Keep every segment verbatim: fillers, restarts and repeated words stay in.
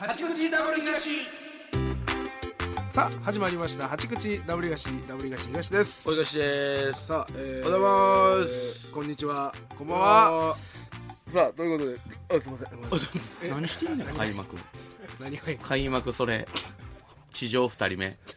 八口ダブル東。さあ始まりました八口ダブル東ダブル東東です。 お東です。 さあ、えー、 おはようございます、 えー、こんにちは、こんばんは。さあということで、あ、すいません何してんねん開幕何が開幕それ地上二人目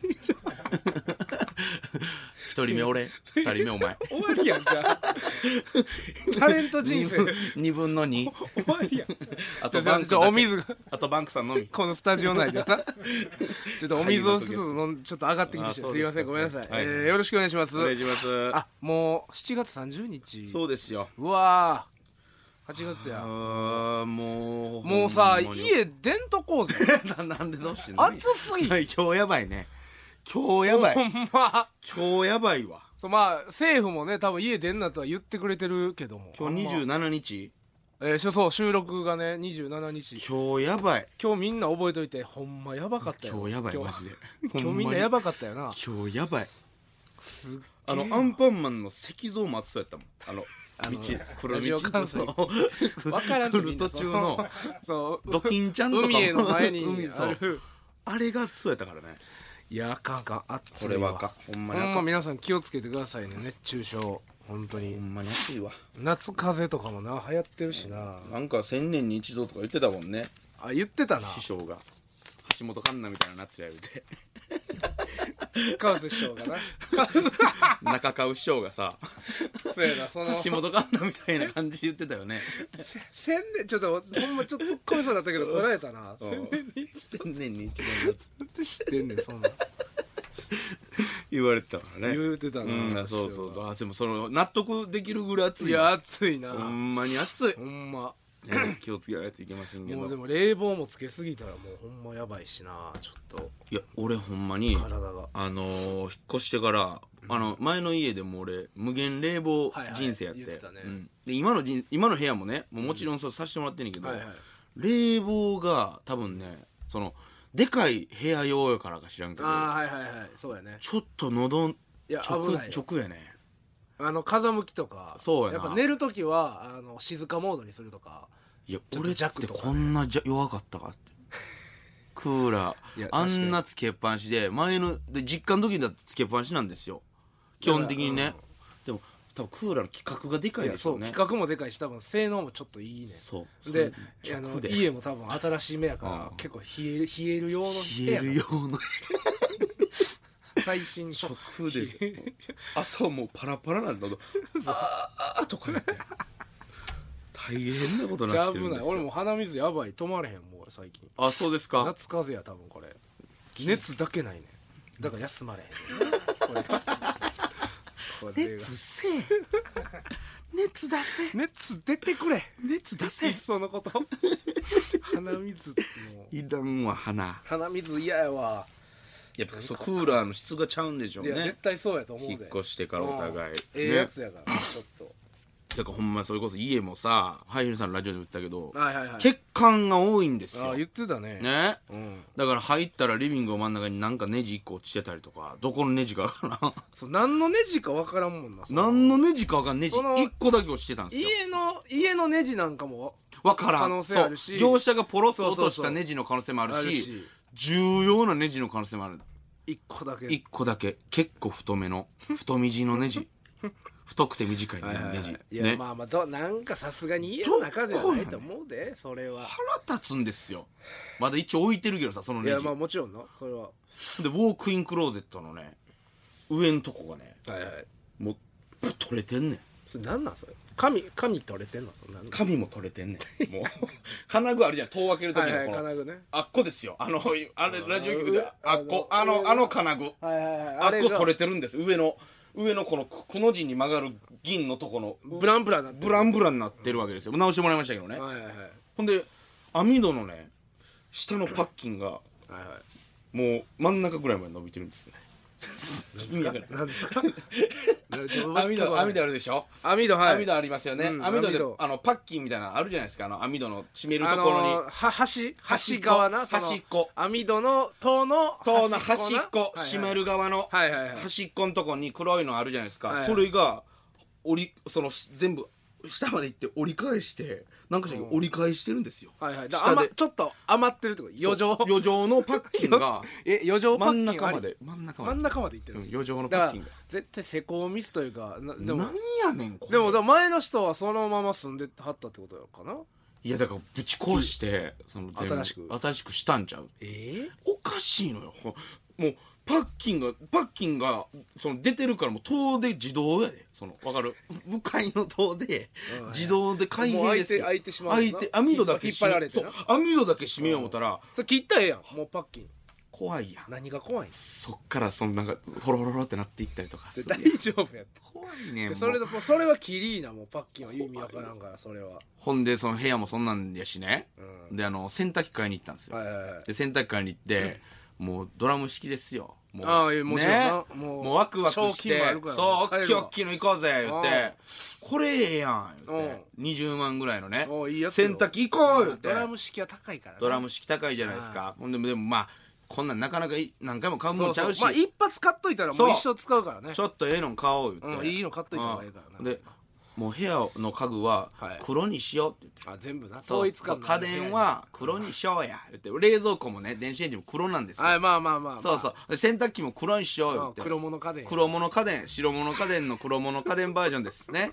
一人目俺二人目お前終わりやんじゃあタレント人生二分の二終わりやん。 あとバンクお水があとバンクさんのみこのスタジオ内でなちょっとお水をするのちょっと上がってきてしまう。すいません、ごめんなさい、 はい、 えー、よろしくお願いします。 お願いします。 あ、もうしちがつさんじゅうにち。 そうですよ。 うわーはちがつや。 あもうもうさ、家出んとこうぜなんでどうしてんの。 暑すぎ。 今日やばいね。今日やばい。 ほんま今日やばいわ。 そう、まあ政府もね多分家出んなとは言ってくれてるけども、 今日にじゅうしちにち、 えー、そう収録がねにじゅうしちにち。 今日やばい。 今日みんな覚えといて、ほんまやばかったよ。 今日やばいマジで今日みんなやばかったよな。 今日やばい。 すっげあのアンパンマンの石像も熱そうやったもん。あの道来ラジオ関西るわからんと来る途中のそうドキンちゃんとかも海への前に海そうある。 あれが熱そうやったからね。 いや、あかんあかん、暑いわ。 これはあかん、ほんまにあかん。 ほんま皆さん気をつけてくださいね、熱中症。本当にほんまに暑いわ。 夏風邪とかもな流行ってるしな。 なんか千年に一度とか言ってたもんね、 あ、言ってたな、 師匠が。橋本環奈みたいな夏や言うて川瀬師匠がな中川師匠がさそうやな、その橋本環奈みたいな感じで言ってたよね。 せ千年ちょっとほんまちょっと突っ込みそうだったけど捉えたな。千年に一度千年に一度のやつって知ってんねんそんな言われてたからね。 言うてたな、 うん、そうそう。あ、でもその納得できるぐらい暑い。 いや暑いな、 ほんまに暑い。 ほんまね、気をつけないといけませんけど。 もうでも冷房もつけすぎたらもうほんまやばいしな。ちょっといや俺ほんまに体があのー、引っ越してから、あの前の家でも俺無限冷房人生やって、 はいはい言ってたね。 うん、で今のじ今の部屋もね、もうもちろんそうさせてもらってんねんけど、 はいはい冷房が多分ね、そのでかい部屋用やからか知らんけど、 ああはいはいはい、そうやね。 ちょっと喉いや直危ないよ直やね。 あの風向きとか、 そうやな。 やっぱ寝るときはあの静かモードにするとか。 いやちょっと俺って弱とかねこんなじゃ弱かったかってクーラいやーあんなつけっぱなしで、前ので実家の時だってつけっぱなしなんですよ基本的にね、でも多分クーラーの規格がでかいいやそう、 ですよね。 規格もでかいし多分性能もちょっといいね。 そうでそれあの直で家も多分新しい目やからうん結構冷える冷える用の部冷え屋るような最新の直で朝もうパラパラなんだとあーとか言って大変なことにじゃあ危なってるんですよ。 ない。俺も鼻水やばい、止まれへんもう俺最近。 あ、そうですか。 夏風邪や多分これ。熱だけないねんだから休まれへんねんなこれこれが熱せえ熱出せ熱出てくれ、 熱出せいっそのこと鼻水もういらんわ鼻。 鼻水嫌やわ。 やっぱそうクーラーの質がちゃうんでしょういや絶ね。 対そうやと思うで。 引っ越してからお互いうんええやつやからちょっとだからほんまそれこそ家もさ、ハイヒルさんのラジオで言ったけど、 はいはいはい。 血管が多いんですよああ言ってたね。 ね。 うんだから入ったらリビングの真ん中になんかネジいっこ落ちてたりとか、どこのネジかわからんそう何のネジか分からんもんな。その何のネジかわからんネジそのいっこだけ落ちてたんですよ。 家の家のネジなんかもわからん可能性あるし、 そう業者がポロッと落としそうそうそうたネジの可能性もあるし、 あるし重要なネジの可能性もある。 一個だけ。 いっこだけ結構太めの太みじのネジ太くて短いはいはいはいネジいや、 ね。 まあまあどなんかさすがに家の中ではないと思うでそれは。 腹立つんですよ。まだ一応置いてるけどさ、そのネジいやまあもちろんなそれは。 でウォークインクローゼットのね上のとこがねはいはい。 もうぶっ取れてんねん。 それなんなんそれ。紙紙取れてんのそんなん。 髪も取れてんねん。もう金具あるじゃん、戸を開ける時はいはいのこの、 金具ね。 あっこですよ、あのあれラジオ局でああっこああののあの金具、 はいはいはい。 あっこ取れれてるんです。上の上のこのくの字に曲がる銀のとこのブランブランなってブランブランになってるわけですよ。直してもらいましたけどね。 はいはいはいほんで網戸のね下のパッキンがはいはいもう真ん中ぐらいまで伸びてるんですね。意味わからん。 なんですか網戸網戸あるでしょ。 網戸はい網戸ありますよね。 うん網戸で網戸あのパッキンみたいなのあるじゃないですか。あの網戸の閉めるとあころに、 のー、は端端側なその端っこ網戸の塔の塔の端っこな閉める側のはいはいはい端っこのとこに黒いのあるじゃないですか。 はいはいそれが折りその全部下まで行って折り返してなんかしら折り返してるんですよ、 はいはいだ下で余ちょっと余ってるってこと余剰余剰のパッキンがえ余剰パッ真んキン中まで真ん中まで真ん中までいってる、 うん余剰のパだからッキンが絶対施工ミスというかなでもなんやねんこれでもだから前の人はそのまま住んではったってことやかないやだからぶち壊してその全部新しく新しくしたんちゃうええおかしいのよほもうパッキンがパッキンがその出てるからもう塔で自動やでそのわかる向かいの塔でうん自動で開閉ですよもう開いて開いてしまうもんな開いて網戸だけ引っ張られてそうな網戸だけ閉めよう思ったらそれ切ったらええやんもうパッキン怖いやん何が怖いんすそっからそのなんかホロホロホロってなっていったりとかする大丈夫やって怖いねんでそれもうでもうそれはキリーなもうパッキンは意味わからんからそれはほんでその部屋もそんなんやしね、 うんであの洗濯機買いに行ったんですよ、 はいはいはいで洗濯機買いに行って、もうドラム式ですよもうああいやもちろんなねもうもうワクワク賞して金もあるからそうおっきいおっきいの行こうぜ言ってうんこれええやん言ってうにじゅうまんぐらいのねおいいやつよ洗濯機行こう言ってドラム式は高いからなドラム式高いじゃないですかほんでもでもまあこんなんなかなかい何回も買うもんちゃうしそうそうまあ一発買っといたらもう一生使うからねちょっとええの買おう言って、 うんいいの買っといた方がいいからなうんでもう部屋の家具ははい黒にしようって言って、 あ全部なそう統一感そう家電は黒にしようや言って冷蔵庫もね電子レンジも黒なんですよ、 はいまあまあまあまあそうそうで洗濯機も黒にしようよって、 まあ黒物家電黒物家電白物家電の黒物家電バージョンですね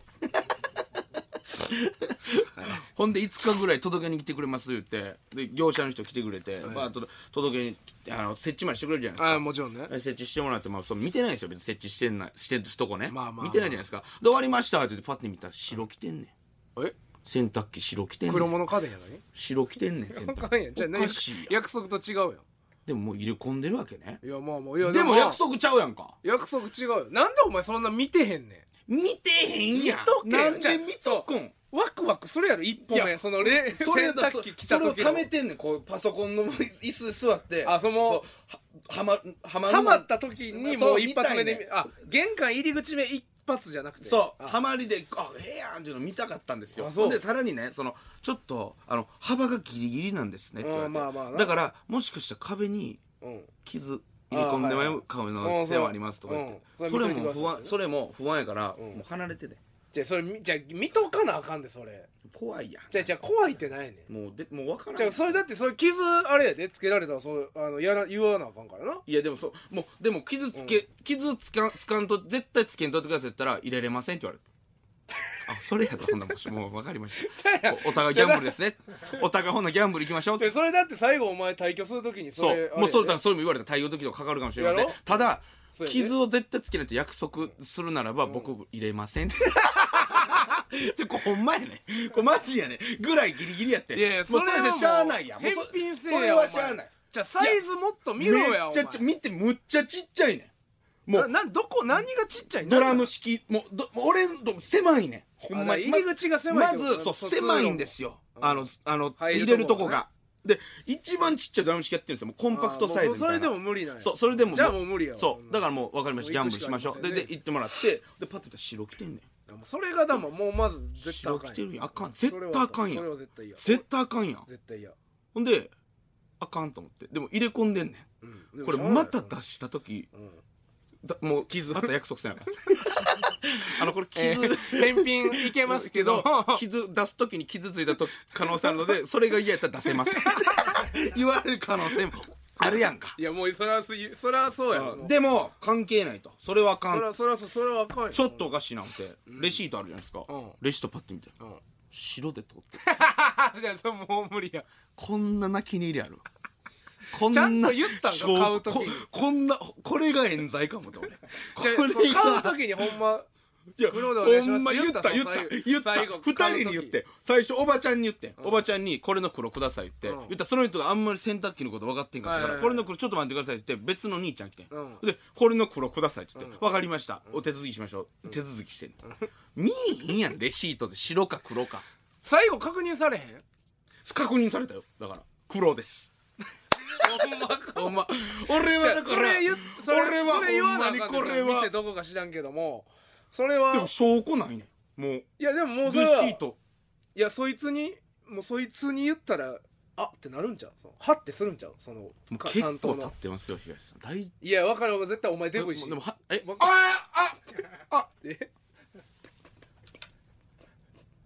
ほんでいつかぐらい届けに来てくれます言ってで業者の人来てくれて、バーッと届けにあの設置までしてくれるじゃないですかあもちろんね設置してもらって、まあ、そう見てないですよ別に設置してんないしてるとこね、 まあまあまあ見てないじゃないですかで終わりましたって言ってパッて見たら白着てんねんえ洗濯機白着てんねん黒物家電やのに白着てんねん洗あ濯かんやんじゃあおかしいやん約束と違うやんでももう入れ込んでるわけねいやまあまあいやでもまあ約束ちゃうやんか約束違うよなんでお前そんな見てへんねん見てへんやん見とけなんで見とくんワクワクするやろ一歩いや目そのれ洗それだ濯機来た時それを貯めてんねんこうパソコンの椅子座ってあそのうははまはまるハマった時にもう一発目でそう見たいねあ玄関入り口目一発じゃなくてそうあハマりであええやんっていうの見たかったんですよあそうほんでさらにねそのちょっとあの幅がギリギリなんですねって言われてうんまあまあなだからもしかしたら壁にうん傷入れ込んでもらう顔の世話ありますとか言ってうんそれそれ見といてくださいも不安それも不安やからもう離れてねじゃあそれみじゃあ見とかなあかんでそれ怖いやんじゃあじゃあ怖いってないねんもうでもう分からんじゃあそれだってそれ傷あれやでつけられたらそうあのやら言わなあかんからないやでもそうもうでも傷つけ、傷つかつかんと絶対つけんとってくださいって言ったら入れれませんって言われてあそれやとほんなもんもう分かりましたおお互いギャンブルですねお互いほんなギャンブル行きましょうってじゃあそれだって最後お前退去するときにそそうれもうそれだからだそれも言われた対応時とかかかるかもしれませんやろただそうやね傷を絶対つけないって約束するならば僕入れませんってちょこれほんまやねこれマジやねぐらいギリギリやっていやいやもうそれはもうしゃあないやんもうそ返品せえそれやはしゃあないじゃあサイズもっと見ろやめっちゃお前ち見てむっちゃちっちゃいねんもうななどこ何がちっちゃいドラム式もうど俺の狭いねんほんまにあ入り口が狭いまってことずそうそ狭いんですよあのあの入る入れるととこがこがで一番ちっちゃいドラム式やってるんですよもうコンパクトサイズみたいなあーもうそれでも無理なんやそうそれでもじゃあもう無理やわそうだからもう分かりましたギャンブルしましょうもう行くしかありませんねでで行ってもらってでパッと見たら白着てんねんあもうそれがだもんもうまず絶対あ白かん着てるやんあかん絶対あかんやそれんは絶対嫌絶対あかんやん絶対嫌ほんであかんと思ってでも入れ込んでんねうんんこれまた出した時うんだもう傷また約束せなあかんあのこれ傷、 えー返品いけますけど傷出す時に傷ついたと可能性あるのでそれが嫌やったら出せません言われる可能性もあるやんかいやもうそれはそそれはそうやろもうでも関係ないとそれはあかんそれはそれはそれはあかんよちょっとおかしいなってレシートあるじゃないですかうんレシートパッて見てうん白で通ってるじゃあそれもう無理やこんな泣き寝入りあるこんちゃんと言ったんか証買う時にここんなこれが冤罪かもって俺じゃあこれ買う時にほんまいや黒でお願いしますほんま言った言っ言ったた言った最後二人に言って最初おばちゃんに言って、 うんおばちゃんにこれの黒くださいって、 うん言ったらその人があんまり洗濯機のこと分かってんかったから、 はいはいはいこれの黒ちょっと待ってくださいって言って別の兄ちゃん来てん、 うんでこれの黒くださいって言って、 うん分かりましたお手続きしましょう、手続きしてんの、見えへんやんレシートで白か黒か最後確認されへん確認されたよだから黒ですほんまかほんま俺はだからそれ言っそれ俺はそれ言わなあかんほんまにこれは店どこか知らんけどもそれはでも証拠ないねんもういやでももレうそれはシートいやそいつにもうそいつに言ったらあってなるんちゃうそのはってするんちゃうそのもうか結担当の構経ってますよ東さん大いや分かる分かる絶対お前デブいしでもはえわあああえ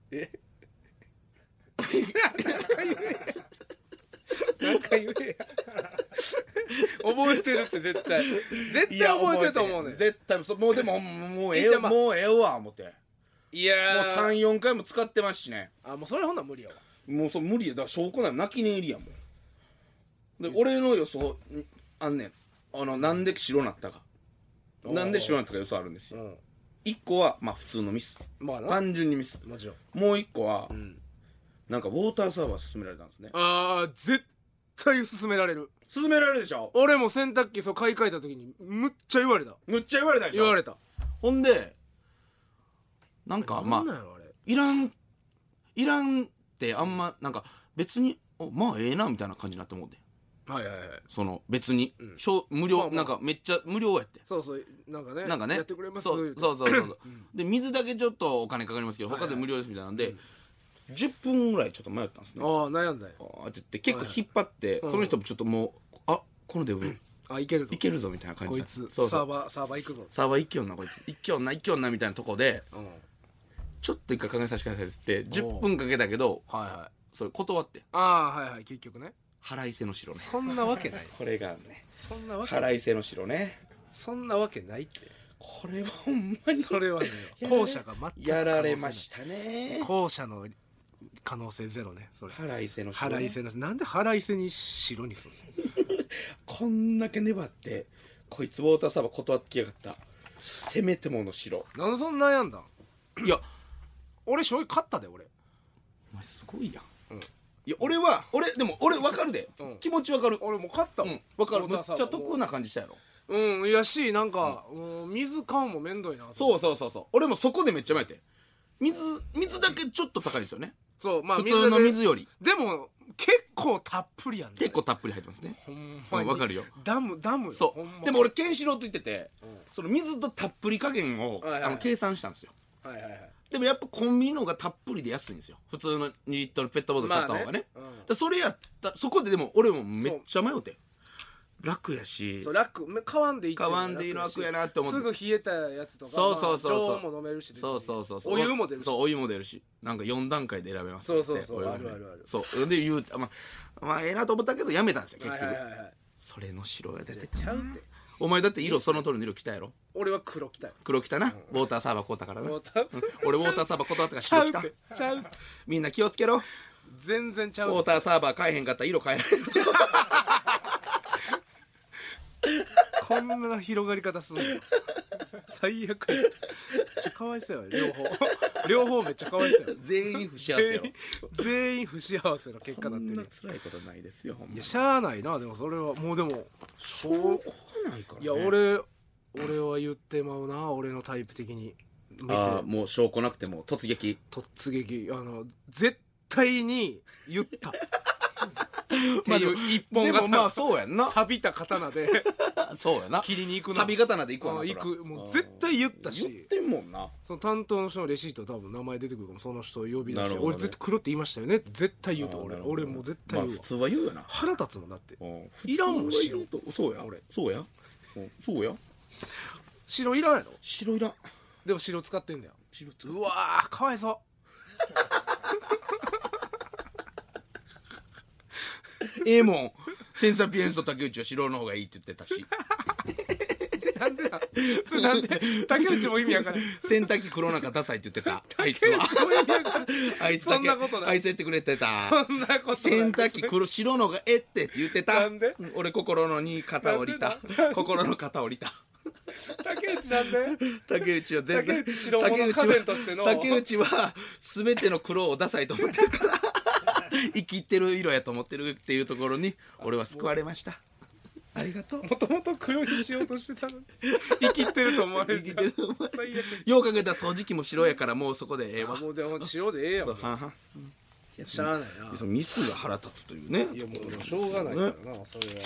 えなんか言えなんか言えや覚えてるって絶対絶対覚えてると思うねん。 絶対そもうでももうえええじゃあまあもうええわ思ってもいやうーさんよんかいも使ってますしね。 あもうそれほんなら無理やわ。 もうそう無理やだから証拠ない泣き寝入りやもんで、俺の予想んあんねんあのなんで白なったかなんで白なったか予想あるんですよ。 うんいっこはまあ普通のミスまあな単純にミスもちろん。 もういっこは、 んなんかウォーターサーバー勧められたんですね。 あー絶対勧められる。 勧められるでしょ。 俺も洗濯機そう買い替えた時にむっちゃ言われた。 むっちゃ言われたでしょ。 言われた。 ほんでなんかまあなんなんやろあれ。 いらんいらんってあんまなんか別におまあええなみたいな感じになって思うではいはいはい。 その別に、しょ無料、 まあまあなんかめっちゃ無料やってそうそうなんかねなんかねやってくれますそう言てそうそうそうそうで水だけちょっとお金かかりますけど他で無料ですみたいなんで、じゅっぷんぐらいちょっと迷ったんですね。 ああ悩んだよ。 あーって言って結構引っ張って、その人もちょっともうあこのデブあいけるぞいけるぞみたいな感じでこいつそうそうサーバーサーバー行くぞ。 サーバー一挙なこいつ一挙な一挙なみたいなとこでうんちょっと一回考えさせてくださいっつってじゅっぷんかけたけどはいはいそれ断ってああはいはい結局ね払いせの城ねそんなわけないこれがねそんなわけない払いせの城ねそんなわけないってこれはほんまにそれはねやられ後者が全くやられま可能性ないしたね後者の可能性ゼロねそれ払いせの城、ね、 払いせのなんで払いせに白にすんのこんだけ粘ってこいつウォーターサーバー断ってきやがったせめてもの城なんでそんな悩んだん。 いや俺醤油買ったで俺お前すごいやん、 うんいや俺は俺でも俺分かるで、 うん気持ち分かる俺もう買ったもん、 うん分かるウォーめっちゃターサーバー得な感じしたやろうんいやしなんか、もう水買うもめんどいなとそうそうそうそう俺もそこでめっちゃ迷って水水だけちょっと高いですよねそうまあ普通の水よりでも結構たっぷりやんね結構たっぷり入ってますねほんうまにんわかるよダムダムよそほんまうでも俺ケンシロウと言ってて、その水とたっぷり加減を、 はいはいあの計算したんですよはいはいはいでもやっぱコンビニの方がたっぷりで安いんですよ普通のにリットルペットボトル買った方がね,、 まあねうんだそれやったそこででも俺もめっちゃ迷うて楽やしそう楽買わんでいいっていうのが買わんでいいの楽やなって思ってすぐ冷えたやつとかそうそうそうそうまあ常温も飲めるし別にそうそうそうそうお湯も出るしそうお湯も出るしなんかよん段階で選べますそうそうそうお湯もねあるあるあるそうで言うてまあまあええなと思ったけどやめたんですよ結はい局、 はいはいはいそれの白が出てちゃうってお前だって色その通りの色着たやろ俺は黒着たよ黒着たな、ウォーターサーバー買うたからな、 ウォーターうん俺ウォーターサーバー断ったからちゃうっ白着たてちゃうってみんな気をつけろ全然ちゃうウォーターサーバー買えへんかったら色変えられるこんな広がり方すんの最悪やめっちゃかわいそうや両方両方めっちゃかわいそうや全員不幸せよ全員全員不幸せな結果こんなになってる辛いことないですよほんまいやしゃあないなでもそれはもうでも証拠がないから、ね、 いや俺俺は言ってまうな俺のタイプ的にあーもう証拠なくても突撃突撃あの絶対に言ったっていう一本でもまあ刀そうやんな錆びた刀でそうやな切りに行くな錆び刀で行くわなあそら行くもう絶対言ったし言ってんもんなその担当の人のレシート多分名前出てくるかもその人を呼び出して、 なるほどね俺絶対黒って言いましたよねって絶対言うと俺あーなるほど俺もう絶対言うわ、 まあ普通は言うよな腹立つもんだってうんいらんもん白普通は言うとそうや俺そうやうんそうや白いらんやろ白いらんでも白使ってんだよ白つうわーかわいそうええもん天才ピアニスト竹内は白の方がいいって言ってたしなんでだそれなんで竹内も意味わからん洗濯機黒なんかダサいって言ってたあいつはあいつだけそんなことないあいつ言ってくれてたそんなことない洗濯機黒白のがえってって言ってたなんでうん俺心のに肩降りたなん心の肩降りた竹内なんで竹内は全然竹内白物家電としての竹内は全ての黒をダサいと思ってるから生きてる色やと思ってるっていうところに俺は救われましたありがとうもともと黒にしようとしてたのに生きてると思われる生きてると思われる最悪ようかけたら掃除機も白やからもうそこでええわあもうでも塩でええやんそうはんはんしゃあないなそのミスが腹立つというねいやもうしょうがないからなそれは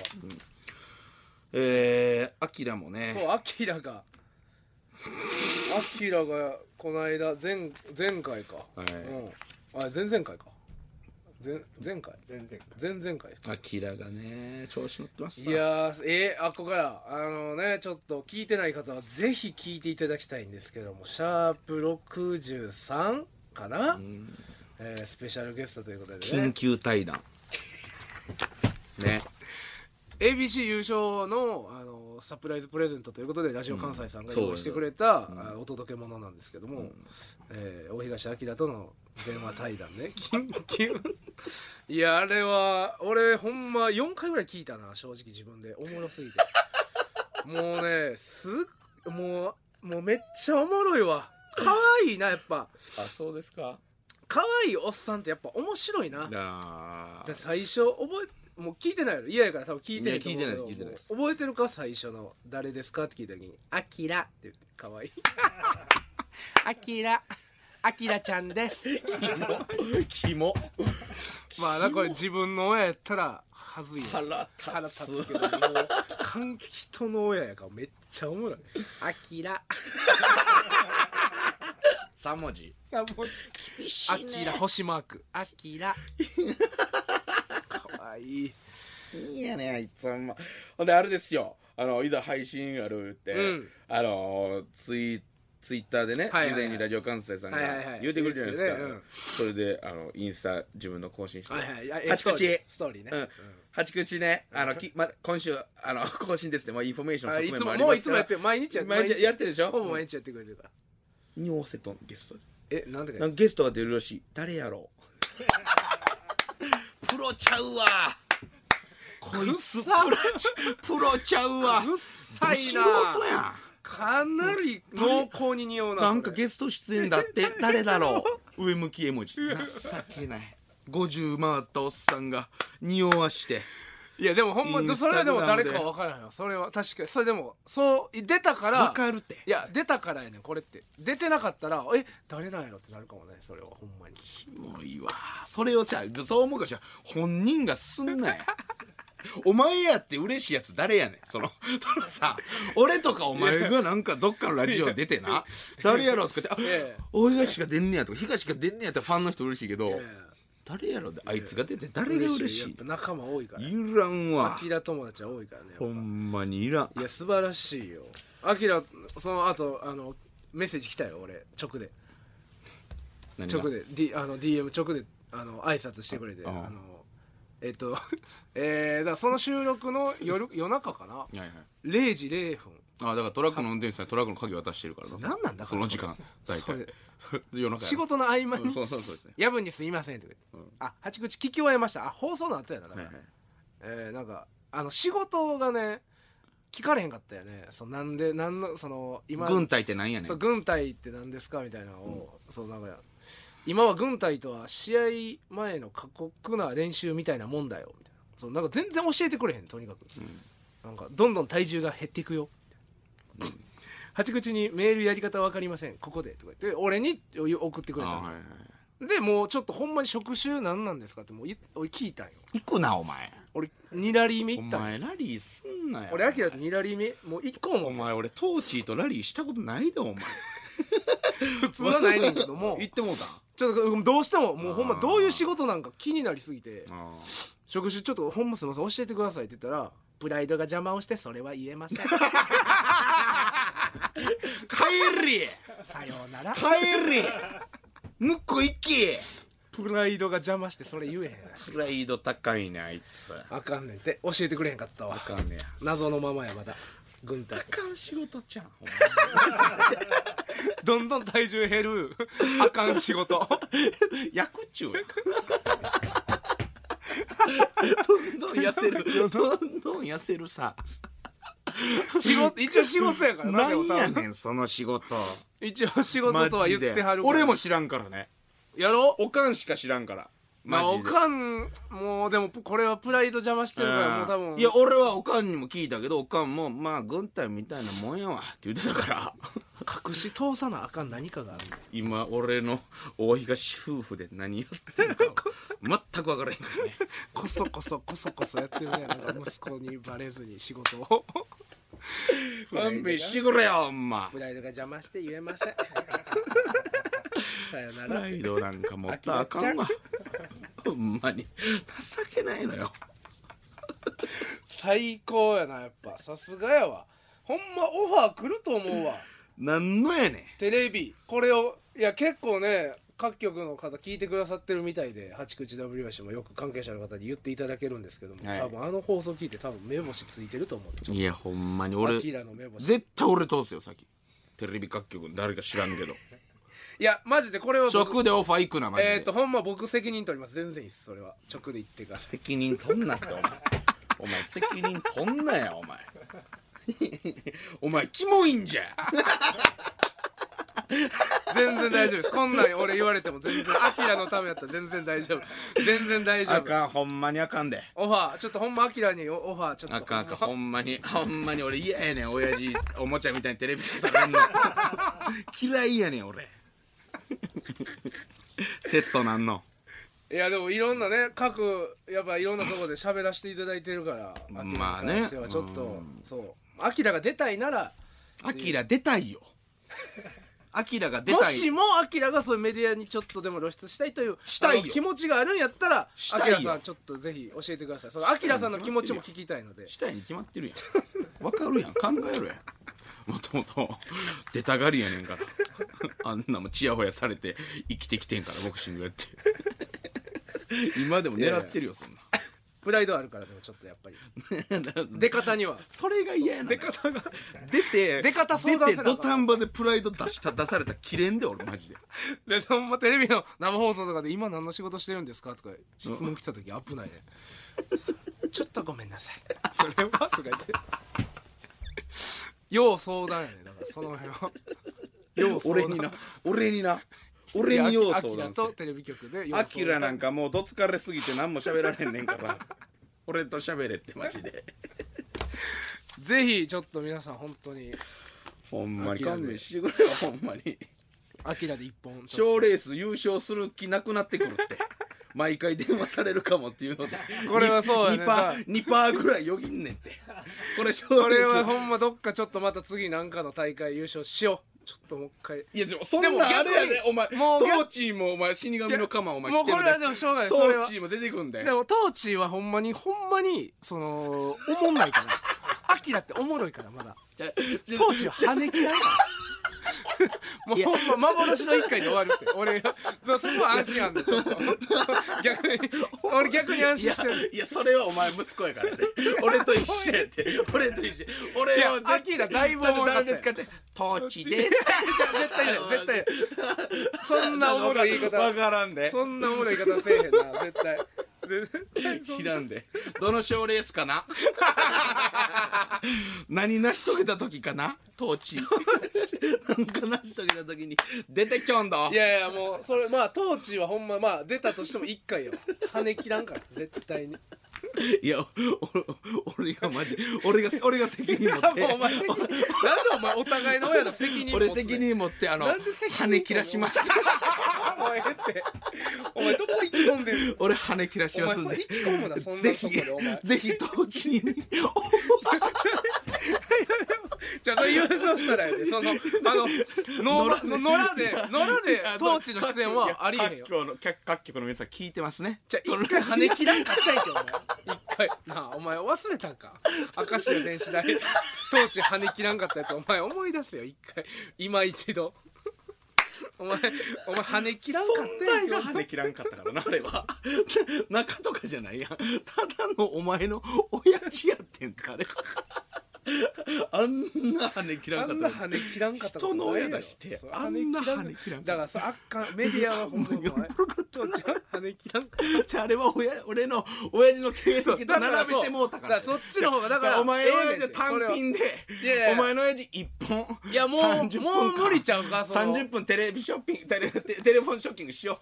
えー、アキラもねそうアキラがアキラがこの間前前回か、 はいうん、あ前々回か前前回全然前々回アキラがね調子乗ってますいやーえー、あここからあのねちょっと聞いてない方はぜひ聞いていただきたいんですけどもシャープろくじゅうさんかな、えー、スペシャルゲストということでね緊急対談ねエービーシー 優勝 の, あのサプライズプレゼントということでラジオ関西さんが用意してくれた、うん、お届け物なんですけども、うんえー、大東明との電話対談ね緊急いやあれは俺ほんまよんかいぐらい聞いたな正直自分でおもろすぎてもうねすもうもうめっちゃおもろいわかわいいなやっぱあそうですかかわいいおっさんってやっぱ面白いなあで最初覚えもう聞いてないの嫌やから多分聞いてないと思うけどいや聞いてないです聞いてないです覚えてるか最初の誰ですかって聞いた時にアキラって言ってかわいいアキラアキラちゃんですキモまあなこれ自分の親やったらはずい腹立つ腹立つけどもう感激人の親やからめっちゃおもろいアキラさん文字さん文字厳しいねアキラ星マークアキラかわいいいいやねあいつはまほんであれですよあのいざ配信あるって、うん、あのツイツイッターでね、はいはいはい、以前にラジオ関西さんが言うてくれるじゃないですか、はいはいはい、それであのインスタ自分の更新して、はいはい、八口ストーリーね、 うんうん、八口ねあのき、ま、今週あの更新ですって、まあ、インフォメーション側面もありますからいつももういつもやって毎日やって毎日やってるでしょほぼ毎日やってくれてるから尿せとんゲストえなんでかゲストが出るらしい誰やろうプロちゃうわこいつプロちプロちゃうわうっさいな素人やかなり濃厚に匂うななんかゲスト出演だって誰だろう上向き絵文字情けないごじゅう回ったおっさんが匂わしていやでもほんまそれはでも誰か分からないよそれは確かにそれでもそう出たから分かるっていや出たからやねんこれって出てなかったらえ誰なんやろってなるかもねそれはほんまにキモいわそれをさそう思うかしら本人がすんなやお前やって嬉しいやつ誰やねんそのそのさ俺とかお前がなんかどっかのラジオ出てな誰やろとかってあ大東が出んねやとか東が出んねやったらファンの人嬉しいけど誰やろであいつが出て誰が嬉しいやっぱ仲間多いからいらんわアキラ友達は多いからねほんまにいらんいや素晴らしいよアキラその後あのメッセージ来たよ俺直で直で、D、あの ディーエム 直であの挨拶してくれてあのえっとえー、だからその収録の夜夜中かな、はいはい、れいじれいふんあだからトラックの運転手さんにトラックの鍵渡してるから何なんだかその時間大体夜中仕事の合間に、 うん、そうそうそうですね夜分にすいませんって言って、うん、あ八口聞き終えましたあ放送の後やなだから、はいはい、えー、なんかあの仕事がね聞かれへんかったよねそうなんでなんのその今軍隊ってなんやねんそう軍隊って何ですかみたいなのを、うん、そうなんか今は軍隊とは試合前の過酷な練習みたいなもんだよみたいなそうなんか全然教えてくれへんとにかく、うん、なんかどんどん体重が減っていくよみたいな、うん、八口にメールやり方分かりませんここでとか言って俺に送ってくれたの、はいはい、でもうちょっとほんまに職種何なんですかってもう俺聞いたんよ行くなお前俺にラリー目行ったんお前ラリーすんなよ俺アキラとにラリー目もういっこもお前俺トーチーとラリーしたことないでお前普通はないねんけども行ってもうたちょっとどうしてももうほんまどういう仕事なんか気になりすぎて職種ちょっとほんますいません教えてくださいって言ったらプライドが邪魔をしてそれは言えません帰りさようなら帰り向こう行けプライドが邪魔してそれ言えへんらしいプライド高いねあいつあかんねんって教えてくれへんかったわあかんねや謎のままやまだ軍隊あかん仕事ちゃんどんどん体重減るあかん仕事薬中やどんどん痩せるどんどん痩せるさ仕事一応仕事やからな何やねんその仕事一応仕事とは言ってはるから俺も知らんからねやろおかんしか知らんからまあおかんもうでもこれはプライド邪魔してるからもう多分いや俺はおかんにも聞いたけどおかんもまあ軍隊みたいなもんやわって言ってたから隠し通さなあかん何かがある今俺の大東夫婦で何やってるか全く分からへんからねこそこそこそこそやってるねなんか息子にバレずに仕事を勘弁してくれよほんまプライドが邪魔して言えませんさよならプライドなんか持ったらあかんわほんまに情けないのよ最高やなやっぱさすがやわほんまオファー来ると思うわなんのやねんテレビこれをいや結構ね各局の方聞いてくださってるみたいで、八口 ダブリューエーシー もよく関係者の方に言っていただけるんですけども、はい、多分あの放送聞いて多分目星ついてると思う。 いやほんまに俺アキラの目星絶対俺通すよ先。テレビ各局誰か知らんけどいやマジでこれは直でオファー行くなマジで。 えっ、ー、とほんま僕責任取ります。全然いいです。それは直で言ってください。 責任取んなってお前お前責任取んなやお前お前キモいんじゃ全然大丈夫です。こんなん俺言われても全然アキラのためやったら全然大丈夫。全然大丈夫。 あかんほんまにあかんで。 オファーちょっとほんまアキラにオファーちょっとあかんあかんほんまにほんまに俺嫌やねん親父おもちゃみたいにテレビ出されんの嫌いやねん俺セットなんの。 いやでもいろんなね各やっぱいろんなところで喋らせていただいてるからまあねアキラに関してはちょっとそうアキラが出たいならアキラ出たいよアキラが出たい。 もしもアキラがそういうメディアにちょっとでも露出したいというしたいよ気持ちがあるんやったらしたいよアキラさんちょっとぜひ教えてください。そのアキラさんの気持ちも聞きたいので。 したいに決まってるやんわかるやん考えろやもともと出たがりやねんからあんなもチヤホヤされて生きてきてんからボクシングやって今でも狙ってるよそんなプライドあるから。でもちょっとやっぱり出方にはそれが嫌やな。 出方が出て出方相談せなあかん出て土壇場でプライド出した出されたらキレんで俺マジででほんまテレビの生放送とかで今何の仕事してるんですかとか質問来た時危ないねちょっとごめんなさいそれはとか言って要相談やね。だからその辺は要俺にな俺にな俺に要相談せ。 とテレビ局でアキラなんかもうどつかれすぎて何も喋られんねんから俺と喋れってマジでぜひちょっと皆さん本当にほんまに勘弁してくれよほんまに。 アキラで一本賞レース優勝する気なくなってくるって毎回電話されるかもっていうのでこれはそうやねにパーセント にパーセント ぐらいよぎんねんってこれ賞レースこれはほんまどっかちょっとまた次なんかの大会優勝しよう。ちょっともう一回いやでもそんなあれやでお前もうトーチーもお前死神の鎌お前来てるで。 もうこれはでもしょうがない。 トそれはーチーも出てくんで。 でもトーチーはほんまにほんまにそのおもんないからアキラっておもろいからまだじゃトーチーは跳ね切らんからもうほんま幻の一回で終わるって俺そこは安心なんでちょっと逆に俺逆に安心してる。 いや、いやそれはお前息子やからね俺と一緒やって俺と一緒俺はアキラだいぶおもろかったよ。 誰で使ってトーチです絶対ない絶対ないそんなおもろい言い方わからんでそんなおもろい言い方せえへんな絶対絶対知らんでどの賞レースかな何成し遂げた時かなトーチなんか成し遂げた時に出てきょんだ。 いやいやもうそれまあトーチはほんままあ出たとしてもいっかいよ跳ね切らんから絶対に。 いやお俺がマジ俺が俺が責任持ってもうお前責任なんでお前お互いの親の責任持つ俺責任持ってあの跳ね切らしますお前ってお前どこ行き込んでる俺跳ね切らしますんでお前行き込むなそんなぜひとこでお前ぜひトーチにじゃあそれ優勝したらやでそのあの野良野良で野良でトーチの出演はありえへんよ。 各局の皆さん聞いてますね。 じゃあ一回跳ね切らんかったんやけどお前一回なあお前忘れたんか明石家電子台トーチ跳ね切らんかったやつお前思い出すよ一回今一度お前お前跳ね切らんかった存在が跳ね切らんかったからなあれは中とかじゃないやんただのお前の親父やってんかあれあんな跳ね切らんかったあんな跳ね切らんかった人の親出してあんな跳ね切らんかっただからさあっかんメディアはほんまに跳ね切らんかったじゃああれは親俺の親父の経歴と並べてもうたからそっちの方がだからお前の親父単品でお前の親父一本いやもうもう無理ちゃうかさんじゅっぷんテレビショッピングテレテテレフォンショッキングしよ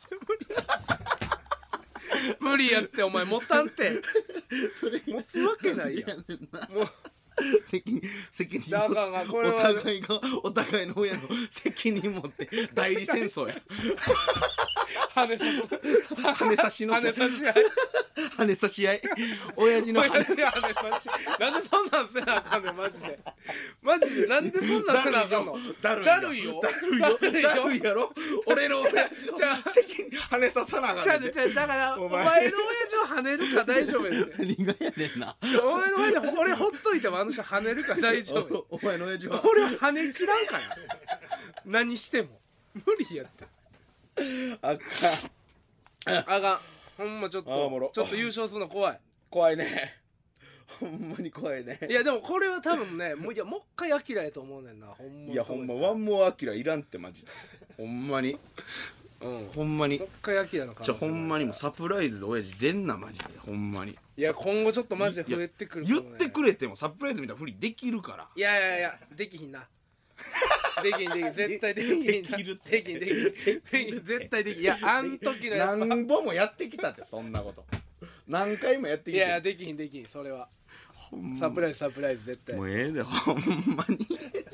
う無理やってお前持たんて持つわけないやんもう責任責任だからこれはお互いがお互いの親の責任持って代理戦争や跳ねさす跳ねさしの跳ねさし合い跳ねさし合い親父の跳ねさしなんでそんなんせなあかんねんマジでマジでなんでそんなんせなあかんのだるいだるいよだるいよだるいやろ俺の親父の責任跳ねささなあかんねんちゃうだからお前の親父を跳ねるか大丈夫やって何がやねんなお前の親父俺ほっといてもあの人跳ねるか大丈夫お前の親父は俺は跳ね切らんから何しても無理やってあかんあかんほんまちょっあおもろとちょっと優勝するの怖い怖いねほんまに怖いねいやでもこれは多分ねもういやもう一回アキラやと思うねんなほんまいやほんまワンモアアキラいらんってマジでほんまにうんほんまにもう一回アキラの可じゃ能性もあるほんまにもうサプライズで親父出んなマジでほんまにいや今後ちょっとマジで増えてくると言思うねってくれてもサプライズみたいなふりできるからいやいやいやできひんなできひんできひん絶対できひんなできるってできひんできひんできひん絶対できひんいやあん時のやっぱ何本もやってきたってそんなこと何回もやってきていやいやできひんできひんそれはほんまサプライズサプライズ絶対もうええでほんまに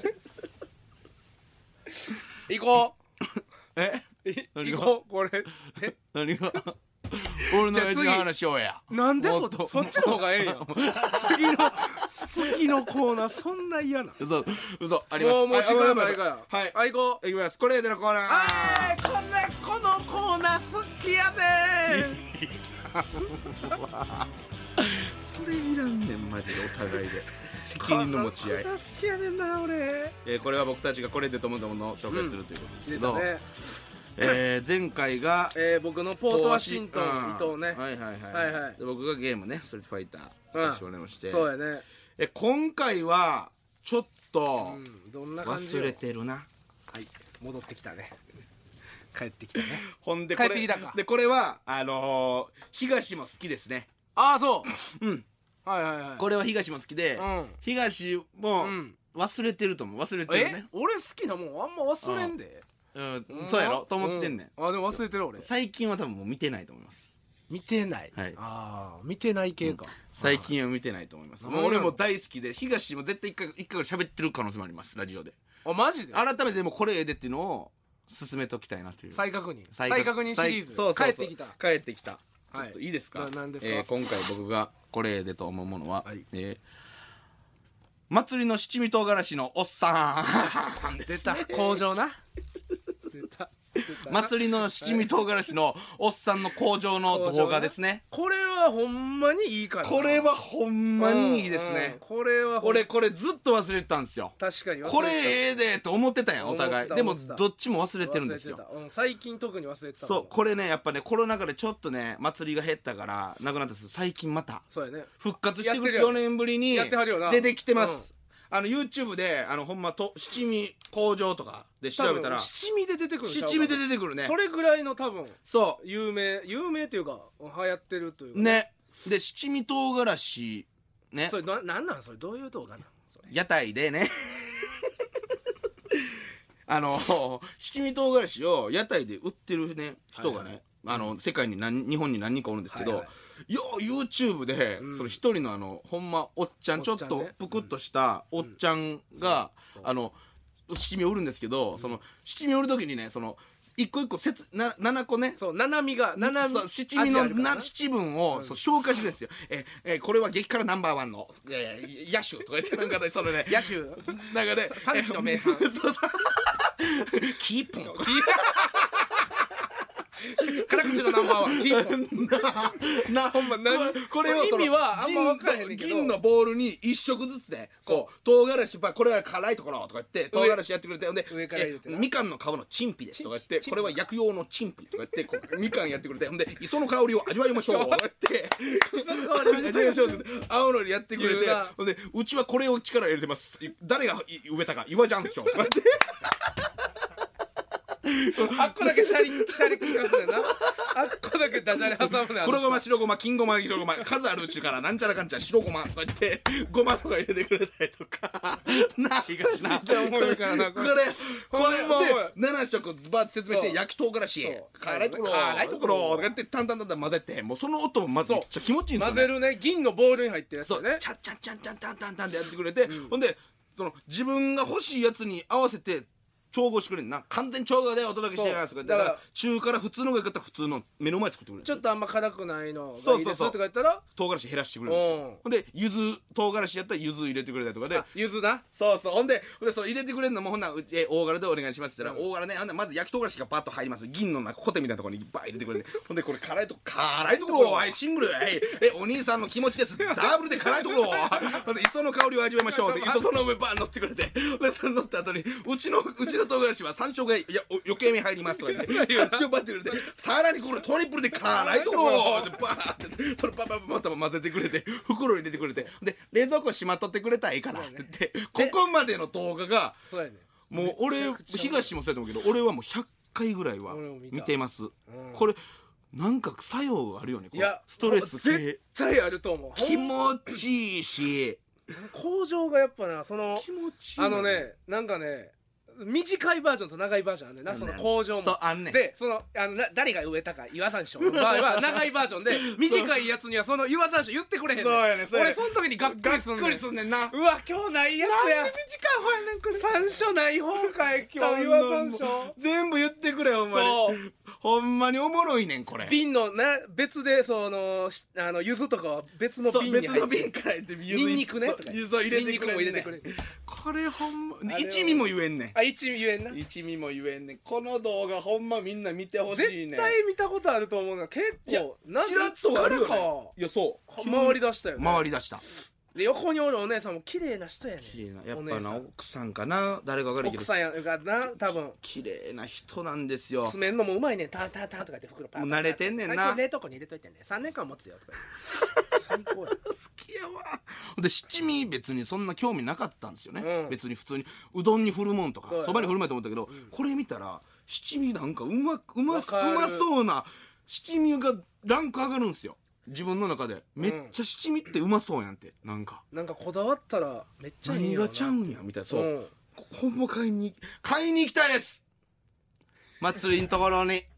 行こえうい何が行こうこれえ何が俺の親父の話しようやなんでそもっとそっちの方がええやん次の次のコーナーそんな嫌な嘘嘘ありますもうもう時間ないはからはいはい行こういきますこれでのコーナーあーこれこのコーナー好きやねそれいらんねんマジでお互いで責任の持ち合いこんな好きやねんな俺えーこれは僕たちがこれでと思ったものを紹介するということですけど、 出たねえー前回がえー僕のポートワシントンうん伊藤ねはいはいはい、 はいはいで僕がゲームねストリートファイタうんーしてもらいまして、 そうやねえ今回はちょっとうんどんな感じよ忘れてるな、 はい戻ってきたね帰ってきたねほんでこれ帰ってきたかでこれはあのー、東も好きですねああそううんはいはいはいこれは東も好きで、 うん東もうん忘れてると思う忘れてるえね俺好きなもんあんま忘れんでうんほんまそうやろと思ってんねん、 うあでも忘れてる俺最近は多分もう見てないと思います見てないはいああ見てない系か最近は見てないと思いますうんもう俺も大好きで東も絶対一回一回ぐらい喋ってる可能性もありますラジオであマジで改めてでもこれええでっていうのを進めときたいなという再確認再再確認シリーズそうそうそう帰ってきた帰ってきたちょっといいですか、 ななんですかえー今回僕がこれええでと思うものは、 はいえー祭りの七味唐辛子のおっさんです出た工場な出た出たな祭りの七味唐辛子のおっさんの工場の動画ですねこれはほんまにいいからなこれはほんまにいいですね、 うんうんこれはほん俺これずっと忘れてたんですよ確かに忘れてたこれええでと思ってたやんお互い思ってたでも思ってたどっちも忘れてるんですよ忘れてたうん最近特に忘れてたそうこれねやっぱねコロナ禍でちょっとね祭りが減ったからなくなったんですけど最近またそうやね復活してくれやってるよよねんぶりにやってはるよな出てきてます、あの YouTube であのほんまと七味工場とかで調べたら七味で出てくるんちゃうか七味で出てくるねそれぐらいの多分そ有名有名っていうか流行ってるというかうねで七味唐辛子ねそれななんなんそれどういう動画なんそれ屋台でねあの七味唐辛子を屋台で売ってるね人がね、 はいはいあの世界に何日本に何人かおるんですけど、 はいはよう YouTube で、 うんその一人のあのほんまおっちゃんちょっとおっちゃんねぷくっとしたおっちゃんが、 そうそうあの七味を売るんですけど、その七味を売る時にねその一個一個せつなななこねそう七味が七味そう七味の味あるからな七分を、そう紹介してるんですよ。ええこれは激辛ナンバーワンの、えー、野手とか言ってなんかねそのね野手なんかね賛否の名産そうそうキーポンとか辛口のナンバーワンキーポンなほんまなこれをその意味はあんま分からへんねんけど銀銀のボールに一食ずつねこう唐辛子これは辛いところとか言って唐辛子やってくれてほんで上から入れてなえみかんの皮のチンピですとか言ってチンピこれは薬用のチンピとか言ってこうみかんやってくれてほんで磯の香りを味わいましょうとか言って磯の香りを味わいましょう味わいましょうって青のりやってくれて言うなほんでうちはこれを力入れてます誰が植えたか岩ジャンションとか言ってあっこだけシャリシャリ効かすねんなあっこだけダジャレ挟むねん黒ごま白ごま金ごま白ごま数あるうちからなんちゃらかんちゃら白ごまとか言ってごまとか入れてくれたりとかなあ東なマジでおもろいからなこれこほんまおもろいれでなな色バーって説明してそう焼き唐辛子そう辛いところ辛いところとか言ってタンタンタンタン混ぜてもうその音もまずめっちゃ気持ちいいんですよね混ぜるね銀のボールに入ってるやつそうねチャンチャンチャンチャンタンタンタンってやってくれてほんでその自分が欲しいやつに合わせて調合してくれんな完全調合でお届けしてますとか言ってそうだからだから中から普通のがよかったら普通の目の前で作ってくれるちょっとあんま辛くないのがそうそうそういいですとか言ったら唐辛子減らしてくれるんですうんよほんで柚子唐辛子やったら柚子入れてくれたりとかであ柚子なそうそうほんでほんでそれ入れてくれるのもほんならうちえ大柄でお願いしますって言ったら、大柄ねほんならまず焼き唐辛子がバッと入ります銀のなんかコテみたいなところにバー入れてくれてほんでこれ辛いとこ辛いところはいシングルはいえお兄さんの気持ちですダブルで辛いところほんで磯の香りを味わいましょうで磯その上バーン乗ってくれてでそれ乗った後にうちのうち白唐辛子は山椒がいやお余計目入りますとか言って山椒バッて入れてさらにこれトリプルで辛いとろってバーってそれパパパまた混ぜてくれて袋入れてくれてで冷蔵庫しまっとってくれたらいいからって言ってここまでの動画がそうやねもう俺東もそうやと思うけど俺はもうひゃっかいぐらいは見てます、うん、これなんか作用があるよね。 いやストレス系絶対あると思う。 気持ちいいし工場がやっぱなその気持ちいいあのねなんかね短いバージョンと長いバージョンあんねんな、その工場もそうあんねんでそのあのな誰が植えたか岩山椒の場合は長いバージョンで短いやつにはその岩山椒言ってくれへんねん。 そうやねんそうやねん俺その時にがっくりすんねんがっくりすんねんな。 うわ今日ないやつやなんで短い方やねんこれ山椒ない方かい今日岩山椒全部言ってくれほんまにそうほんまにおもろいねんこれ瓶のな別でそのしあの柚子とかは別の瓶に入って別の瓶から入ってニンニクねとか柚子入れてくれんねんニンニクも入れてくれんこれほんまあれは一味も言えんねんあ一味言えんな一味も言えんねんこの動画ほんまみんな見てほしいねん絶対見たことあると思うのが結いや構なんちらっとあるよかねいやそう回り出したよね回り出したで横におるお姉さんも綺麗な人やねん綺麗なやっお姉さぱなん奥さんかな誰か分からんけど奥さんやがな多分綺麗な人なんですよ詰めんのもうまいねんタンタンタンとか言って袋パンパンもう慣れてんねんなはいこれ冷凍庫に入れといてんねさんねんかん持つよとか言って最高や好きやわで七味別にそんな興味なかったんですよね、 うん別に普通にうどんに振るもんとかそうやなそばに振るもんと思ったけど、うん、これ見たら七味なんかうまうまうまわかるそうな七味がランク上がるんですよ自分の中でめっちゃ七味ってうまそうやんってなんかなんかこだわったらめっちゃいいよな何がちゃうんやみたいなそう、 うん、 ほんま買いに買いに行きたいです祭りのところに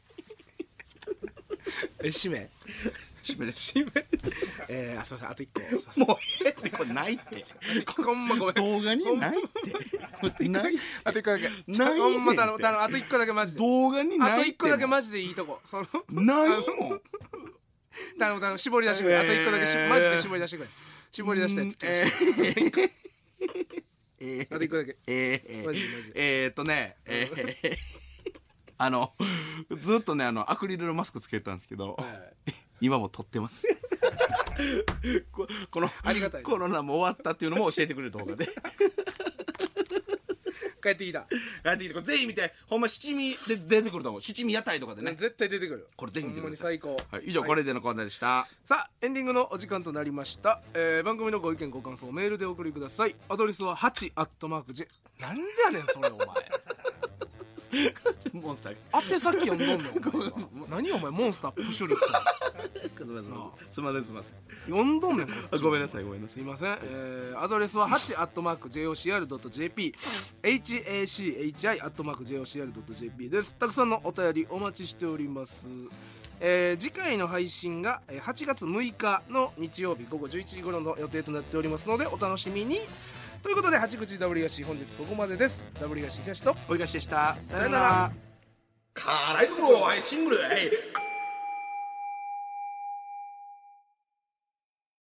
え締め締めです締めえー、あすいませんあと一個もうええってこれないってほんまごめん動画にないってないあと一個だけないほんま頼む頼むあと一個だけマジで動画にないってあと一個だけマジでいいとこそのないもん頼む頼む絞り出してくれ、えー、あと一個だけしマジで絞り出してくれ絞り出したやつ、えー、 えー、 あと一個だけえー、マジでマジでえーっとねえーあのずっとねあのアクリルのマスクつけてたんですけど、はい、今も撮ってますこ, このありがたい、ね、 コロナも終わったっていうのも教えてくれる動画で帰ってきた帰ってきてこれぜひ見てほんま七味で出てくると思う七味屋台とかでね絶対出てくるこれぜひ見てくださいほんまに最高、 はい、以上、はい、これでのコーナーでしたさあエンディングのお時間となりました、えー、番組のご意見ご感想メールでお送りくださいアドレスははちアットマーク J なんでやねんそれお前モンスター宛先読んどんねんお前は何お前モンスタープシュリッすみませんすみませんすみません読んどんねんこっちごめんなさいごめんなさいすいません、えー、アドレスははちアットマーク ジェイオーシーアールドットジェーピー ハチアットマーク ジェイオーシーアールドットジェーピー です。たくさんのお便りお待ちしております。えー、次回の配信がはちがつむいかの日曜日午後じゅういちじ頃の予定となっておりますのでお楽しみにということで八口ダブリガシ本日ここまでです。ダブリガシ東とおいがしでした。 さよなら。 辛いところシングル